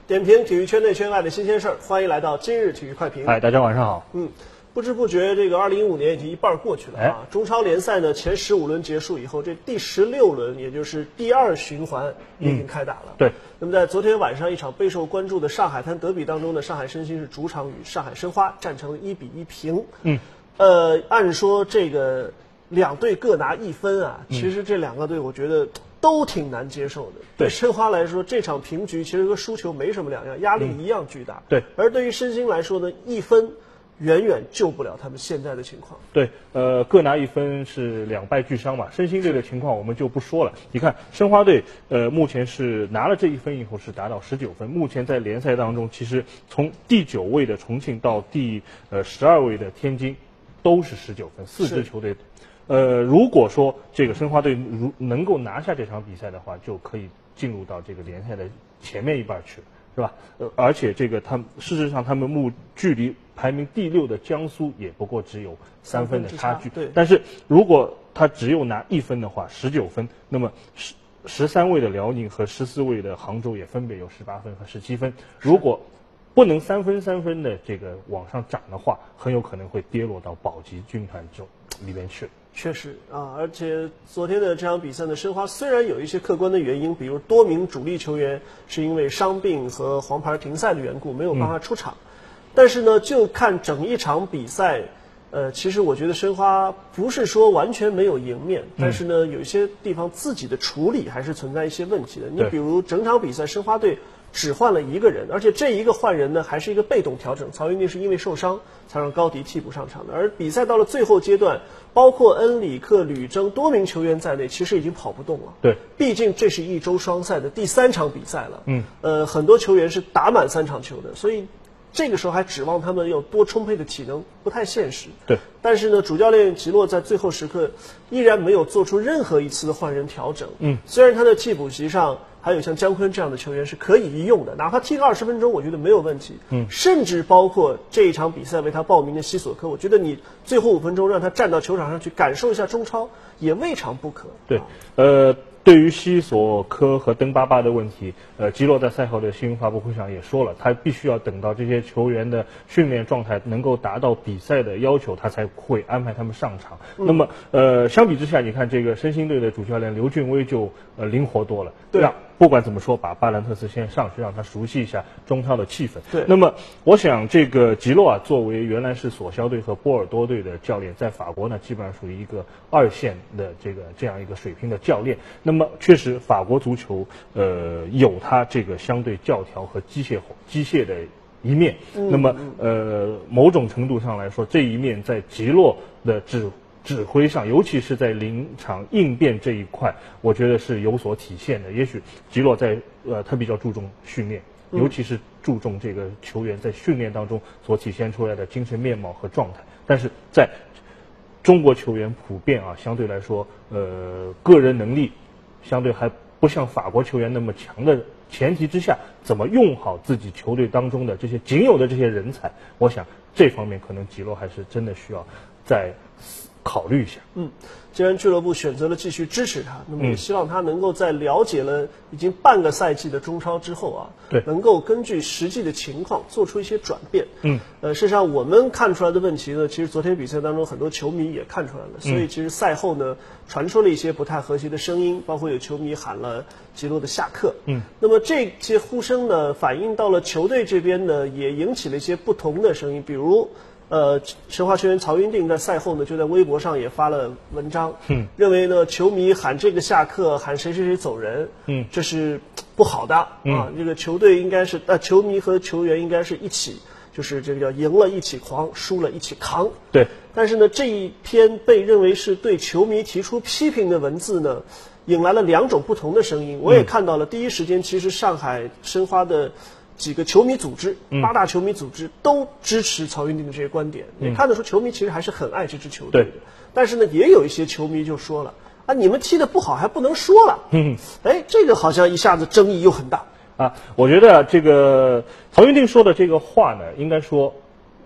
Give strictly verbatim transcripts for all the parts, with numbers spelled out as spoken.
点评体育圈内圈外的新鲜事儿，欢迎来到今日体育快评。 嗨，大家晚上好。 嗯，不知不觉这个二零一五年已经一半过去了啊。哎、中超联赛呢前十五轮结束以后，这第十六轮也就是第二循环已经开打了。 嗯、对。 那么在昨天晚上一场备受关注的上海滩德比当中呢，上海申鑫是主场与上海申花战成了一比一平。 嗯。 呃，按说这个两队各拿一分啊，其实这两个队我觉得都挺难接受的。对申花来说，这场平局其实和输球没什么两样，压力一样巨大。 嗯、对。 而对于申鑫来说呢，一分远远救不了他们现在的情况。 对，呃，各拿一分是两败俱伤嘛。申鑫队的情况我们就不说了。你看申花队，呃，目前是拿了这一分以后是达到十九分。目前在联赛当中，其实从第九位的重庆到第呃十二位的天津，都是十九分，四支球队。呃，如果说这个申花队如能够拿下这场比赛的话，就可以进入到这个联赛的前面一半去了，是吧？呃，而且这个他们事实上他们目距离排名第六的江苏也不过只有三分的差距。 对。 但是如果他只有拿一分的话，十九分，那么十十三位的辽宁和十四位的杭州也分别有十八分和十七分。如果不能三分三分的这个往上涨的话，很有可能会跌落到保级军团中里边去。 确实啊，而且昨天的这场比赛呢，申花虽然有一些客观的原因，比如多名主力球员是因为伤病和黄牌停赛的缘故没有办法出场，嗯、但是呢，就看整一场比赛，呃，其实我觉得申花不是说完全没有赢面，嗯、但是呢，有一些地方自己的处理还是存在一些问题的。你比如整场比赛申花队只换了一个人，而且这一个换人呢还是一个被动调整，曹云定是因为受伤才让高迪替补上场的。而比赛到了最后阶段，包括恩里克、吕征多名球员在内，其实已经跑不动了。 对， 毕竟这是一周双赛的第三场比赛了。 嗯， 呃，很多球员是打满三场球的，所以这个时候还指望他们有多充沛的体能，不太现实。 对， 但是呢，主教练吉洛在最后时刻依然没有做出任何一次的换人调整。 嗯， 虽然他的替补席上还有像姜昆这样的球员是可以一用的，哪怕踢个二十分钟，我觉得没有问题。 嗯， 甚至包括这一场比赛为他报名的西索科，我觉得你最后五分钟让他站到球场上去感受一下中超，也未尝不可。 对，呃。对于西索科和登巴巴的问题，呃，吉洛在赛后的新闻发布会上也说了，他必须要等到这些球员的训练状态能够达到比赛的要求，他才会安排他们上场。嗯、那么，呃，相比之下，你看这个申鑫队的主教练刘俊威就呃灵活多了， 对， 让不管怎么说，把巴兰特斯先上去，让他熟悉一下中超的气氛。 对， 那么我想这个吉洛啊，作为原来是索肖队和波尔多队的教练，在法国呢，基本上属于一个二线的这个这样一个水平的教练。那么确实，法国足球呃有它这个相对教条和机械机械的一面。 嗯、 那么呃某种程度上来说，这一面在吉洛的指指挥上，尤其是在临场应变这一块，我觉得是有所体现的。也许吉洛在呃他比较注重训练，尤其是注重这个球员在训练当中所体现出来的精神面貌和状态，但是在中国球员普遍啊，相对来说，呃，个人能力相对还不像法国球员那么强的前提之下，怎么用好自己球队当中的这些仅有的这些人才？我想这方面可能吉洛还是真的需要再考虑一下。 嗯，既然俱乐部选择了继续支持他，那么也希望他能够在了解了已经半个赛季的中超之后啊， 对， 能够根据实际的情况做出一些转变。 嗯， 呃，事实上我们看出来的问题呢，其实昨天比赛当中很多球迷也看出来了，所以其实赛后呢传出了一些不太和谐的声音，包括有球迷喊了吉洛的下课。 嗯， 那么这些呼声呢，反映到了球队这边呢，也引起了一些不同的声音，比如。呃，申花球员曹云定在赛后呢，就在微博上也发了文章， 嗯， 认为呢，球迷喊这个下课，喊谁谁谁走人， 嗯， 这是不好的、 嗯、 啊。这个球队应该是，呃，球迷和球员应该是一起，就是这个叫赢了一起狂，输了一起扛。 对。 但是呢，这一篇被认为是对球迷提出批评的文字呢，引来了两种不同的声音。我也看到了，第一时间其实上海申花的几个球迷组织，八大球迷组织都支持曹云定的这些观点，也看得出球迷其实还是很爱这支球队的。但是呢，也有一些球迷就说了啊，你们踢得不好还不能说了。嗯，哎，这个好像一下子争议又很大啊。我觉得这个曹云定说的这个话呢，应该说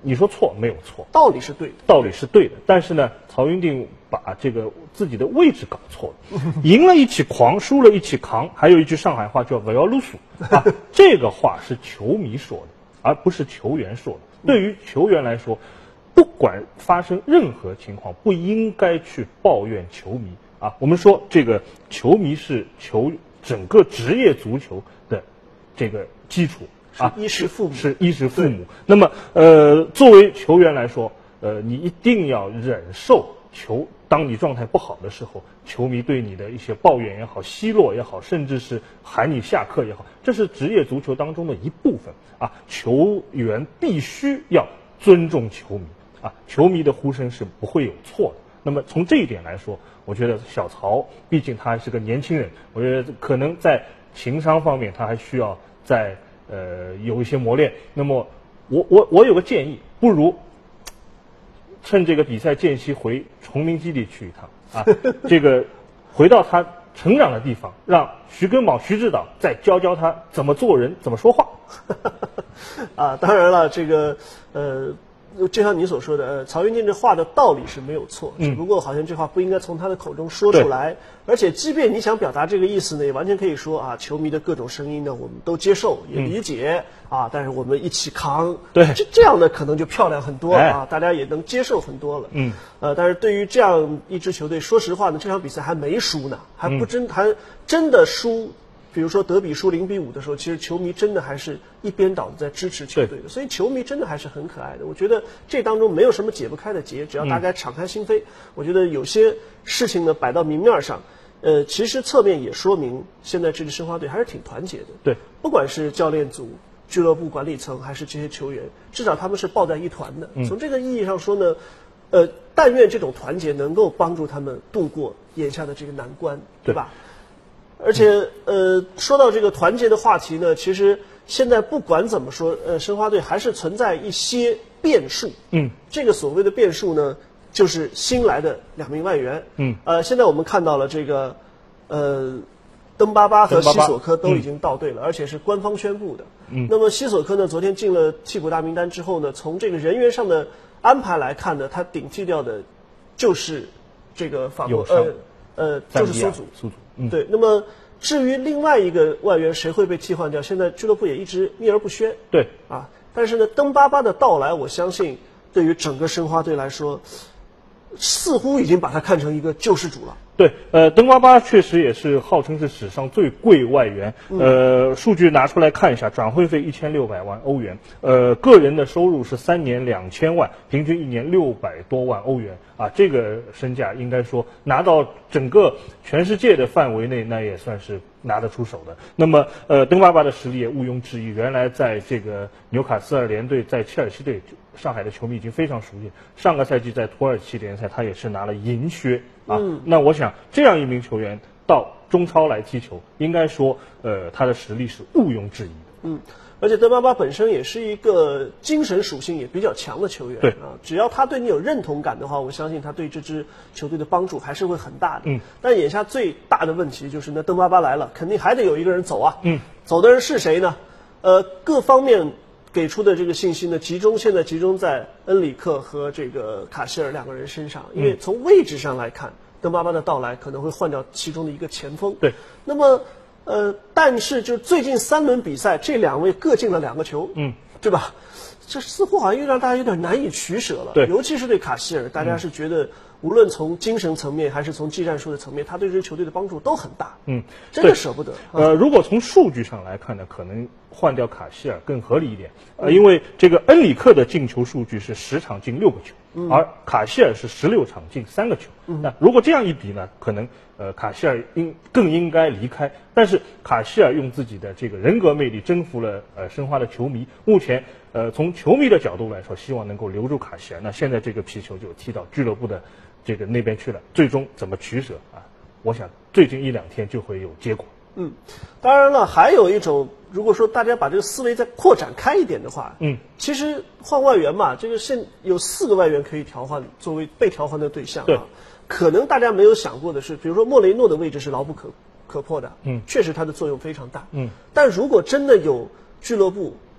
你说错没有错， 道理是对的， 道理是对的，但是呢，曹云定把这个自己的位置搞错了，赢了一起狂，输了一起扛，还有一句上海话叫"不要撸鼠"啊，这个话是球迷说的，而不是球员说的。对于球员来说，不管发生任何情况，不应该去抱怨球迷啊。我们说这个球迷是球整个职业足球的这个基础啊， 衣食父母， 是衣食父母。那么呃，作为球员来说，呃，你一定要忍受球，当你状态不好的时候，球迷对你的一些抱怨也好、奚落也好，甚至是喊你下课也好，这是职业足球当中的一部分啊。球员必须要尊重球迷啊，球迷的呼声是不会有错的。那么从这一点来说，我觉得小曹毕竟他还是个年轻人，我觉得可能在情商方面他还需要再呃有一些磨练。那么我我我有个建议，不如趁这个比赛间隙回崇明基地去一趟啊，这个回到他成长的地方，让徐根宝、徐指导再教教他怎么做人、怎么说话。 啊，当然了，这个呃。就像你所说的，呃，曹云定这话的道理是没有错， 嗯、 只不过好像这话不应该从他的口中说出来。而且，即便你想表达这个意思呢，也完全可以说啊，球迷的各种声音呢，我们都接受，也理解、嗯、啊，但是我们一起扛。 对， 这这样的可能就漂亮很多、 哎、 啊，大家也能接受很多了。 嗯， 呃，但是对于这样一支球队，说实话呢，这场比赛还没输呢，还不真、嗯、还真的输。比如说德比输零比五的时候，其实球迷真的还是一边倒的在支持球队的，所以球迷真的还是很可爱的。我觉得这当中没有什么解不开的结，只要大家敞开心扉，嗯、我觉得有些事情呢摆到明面上，呃，其实侧面也说明现在这支申花队还是挺团结的。 对， 不管是教练组、俱乐部管理层还是这些球员，至少他们是抱在一团的。嗯、从这个意义上说呢，呃，但愿这种团结能够帮助他们度过眼下的这个难关，对吧？而且，呃，说到这个团结的话题呢，其实现在不管怎么说，呃，申花队还是存在一些变数。 嗯， 这个所谓的变数呢，就是新来的两名外援。 嗯， 呃，现在我们看到了这个，呃，登巴巴和西索科都已经到队了，嗯、而且是官方宣布的。 嗯， 那么西索科呢，昨天进了替补大名单之后呢，从这个人员上的安排来看呢，他顶替掉的，就是这个法国呃呃，就是苏祖。 苏祖。嗯、 对，那么至于另外一个外援谁会被替换掉，现在俱乐部也一直秘而不宣。 对啊，但是呢，登巴巴的到来，我相信对于整个申花队来说，似乎已经把他看成一个救世主了。 对，呃，登巴巴确实也是号称是史上最贵外援。呃，数据拿出来看一下，转会费一千六百万欧元，呃，个人的收入是三年两千万，平均一年六百多万欧元啊，这个身价应该说拿到整个全世界的范围内，那也算是拿得出手的。那么，呃，登巴巴的实力也毋庸置疑，原来在这个纽卡斯尔联队、在切尔西队，上海的球迷已经非常熟悉。上个赛季在土耳其联赛，他也是拿了银靴。啊， 嗯、 那我想这样一名球员到中超来踢球，应该说，呃，他的实力是毋庸置疑的。 嗯，而且登巴巴本身也是一个精神属性也比较强的球员。 对啊，只要他对你有认同感的话，我相信他对这支球队的帮助还是会很大的。 嗯， 但眼下最大的问题就是，那登巴巴来了，肯定还得有一个人走啊。 嗯， 走的人是谁呢？呃，各方面给出的这个信息呢，集中现在集中在恩里克和这个卡希尔两个人身上，因为从位置上来看，登巴巴的到来可能会换掉其中的一个前锋。 对， 那么呃，但是就最近三轮比赛，这两位各进了两个球， 嗯， 对吧？这似乎好像又让大家有点难以取舍了。 对， 尤其是对卡希尔，大家是觉得无论从精神层面还是从技战术的层面，他对这支球队的帮助都很大。 嗯， 真的舍不得。 呃，如果从数据上来看呢，可能换掉卡希尔更合理一点。呃，因为这个恩里克的进球数据是十场进六个球，嗯、而卡希尔是十六场进三个球。嗯、那如果这样一比呢，可能呃卡希尔应更应该离开。但是卡希尔用自己的这个人格魅力征服了呃申花的球迷。目前呃从球迷的角度来说，希望能够留住卡希尔。那现在这个皮球就踢到俱乐部的这个那边去了，最终怎么取舍啊？我想最近一两天就会有结果。 嗯，当然了，还有一种，如果说大家把这个思维再扩展开一点的话， 嗯， 其实换外援嘛，这个现有四个外援可以调换，作为被调换的对象啊。 对， 可能大家没有想过的是，比如说莫雷诺的位置是牢不可可破的， 嗯， 确实他的作用非常大， 嗯， 但如果真的有俱乐部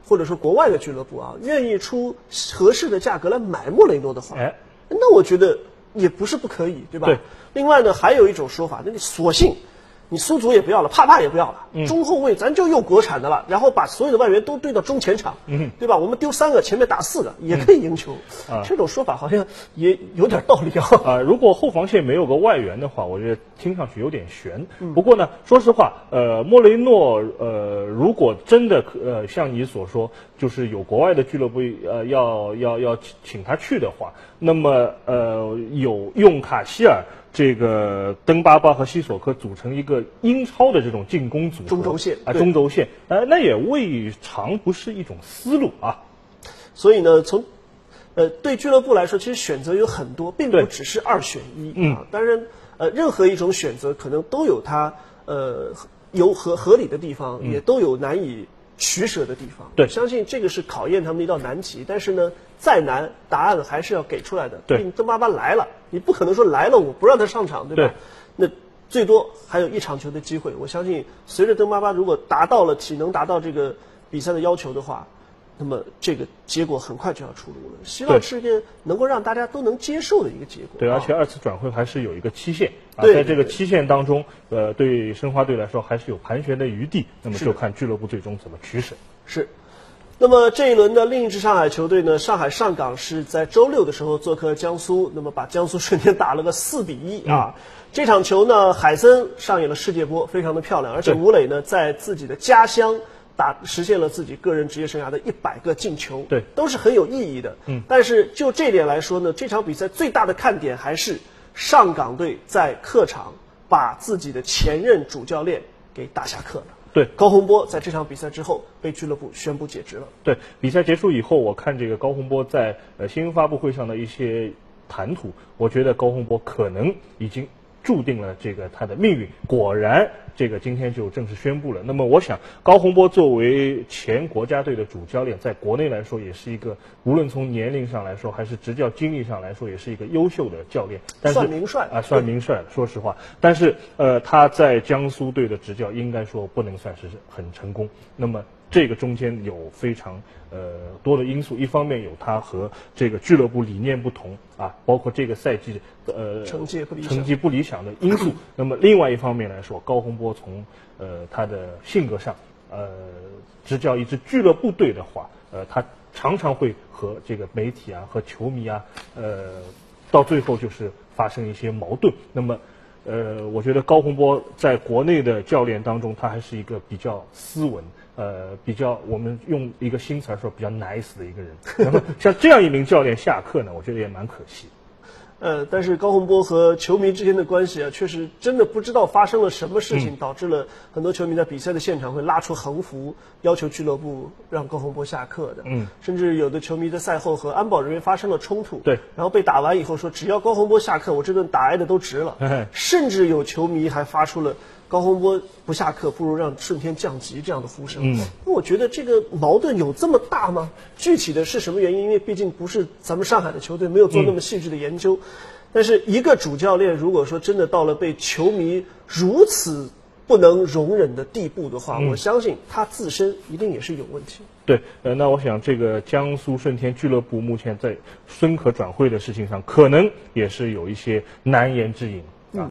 或者说国外的俱乐部啊，愿意出合适的价格来买莫雷诺的话， 哎， 那我觉得也不是不可以，对吧？ 对。 另外呢，还有一种说法，那你索性你苏祖也不要了，帕帕也不要了， 嗯、 中后卫咱就用国产的了，然后把所有的外援都堆到中前场， 嗯、 对吧？我们丢三个，前面打四个，也可以赢球。 嗯、啊， 这种说法好像也有点道理啊。 啊，如果后防线没有个外援的话，我觉得听上去有点悬。 嗯、 不过呢，说实话，呃，莫雷诺，呃，如果真的呃像你所说，就是有国外的俱乐部呃要要要请他去的话，那么呃有用卡希尔。这个登巴巴和西索科组成一个英超的这种进攻组合， 中轴线啊，中轴线，呃，那也未尝不是一种思路啊。 所以呢，从呃对俱乐部来说，其实选择有很多，并不只是二选一啊。 嗯、 当然，呃，任何一种选择可能都有它呃有合合理的地方， 嗯、 也都有难以取舍的地方。 对， 相信这个是考验他们的一道难题。但是呢，再难，答案还是要给出来的。 对， 登巴巴来了，你不可能说来了我不让他上场，对吧？ 对， 那最多还有一场球的机会。我相信，随着登巴巴如果达到了体能达到这个比赛的要求的话，那么这个结果很快就要出炉了。希望是一个能够让大家都能接受的一个结果。 对，而且二次转会还是有一个期限啊， 对在这个期限当中，呃，对申花队来说还是有盘旋的余地。那么就看俱乐部最终怎么取舍。 是。那么这一轮的另一支上海球队呢，上海上港是在周六的时候做客江苏，那么把江苏瞬间打了个四比一啊。嗯、这场球呢，海森上演了世界波，非常的漂亮，而且吴磊呢在自己的家乡打实现了自己个人职业生涯的一百个进球， 对， 都是很有意义的。 嗯， 但是就这点来说呢，这场比赛最大的看点还是上港队在客场把自己的前任主教练给打下课了。 对， 高洪波在这场比赛之后被俱乐部宣布解职了。 对，比赛结束以后，我看这个高洪波在呃新闻发布会上的一些谈吐，我觉得高洪波可能已经注定了这个他的命运。果然，这个今天就正式宣布了。那么，我想高洪波作为前国家队的主教练，在国内来说也是一个，无论从年龄上来说，还是执教经历上来说，也是一个优秀的教练。但是算名帅啊，算名帅。说实话，但是呃，他在江苏队的执教应该说不能算是很成功。那么这个中间有非常呃多的因素，一方面有他和这个俱乐部理念不同啊，包括这个赛季呃成绩不理想成绩不理想的因素。那么另外一方面来说，高洪波从呃他的性格上，呃执教一支俱乐部队的话，呃他常常会和这个媒体啊和球迷啊，呃到最后就是发生一些矛盾。那么呃，我觉得高洪波在国内的教练当中，他还是一个比较斯文，呃，比较我们用一个新词儿说比较 nice 的一个人。那么像这样一名教练下课呢，我觉得也蛮可惜。 呃，但是高洪波和球迷之间的关系啊，确实真的不知道发生了什么事情，嗯、导致了很多球迷在比赛的现场会拉出横幅，要求俱乐部让高洪波下课的。 嗯， 甚至有的球迷在赛后和安保人员发生了冲突。 对， 然后被打完以后说，只要高洪波下课，我这顿打挨的都值了。 嗯、 甚至有球迷还发出了高洪波不下课，不如让顺天降级这样的呼声。 嗯， 那我觉得这个矛盾有这么大吗？具体的是什么原因？因为毕竟不是咱们上海的球队，没有做那么细致的研究。嗯，但是一个主教练如果说真的到了被球迷如此不能容忍的地步的话，嗯、我相信他自身一定也是有问题。 对，呃，那我想这个江苏舜天俱乐部目前在孙可转会的事情上，可能也是有一些难言之隐。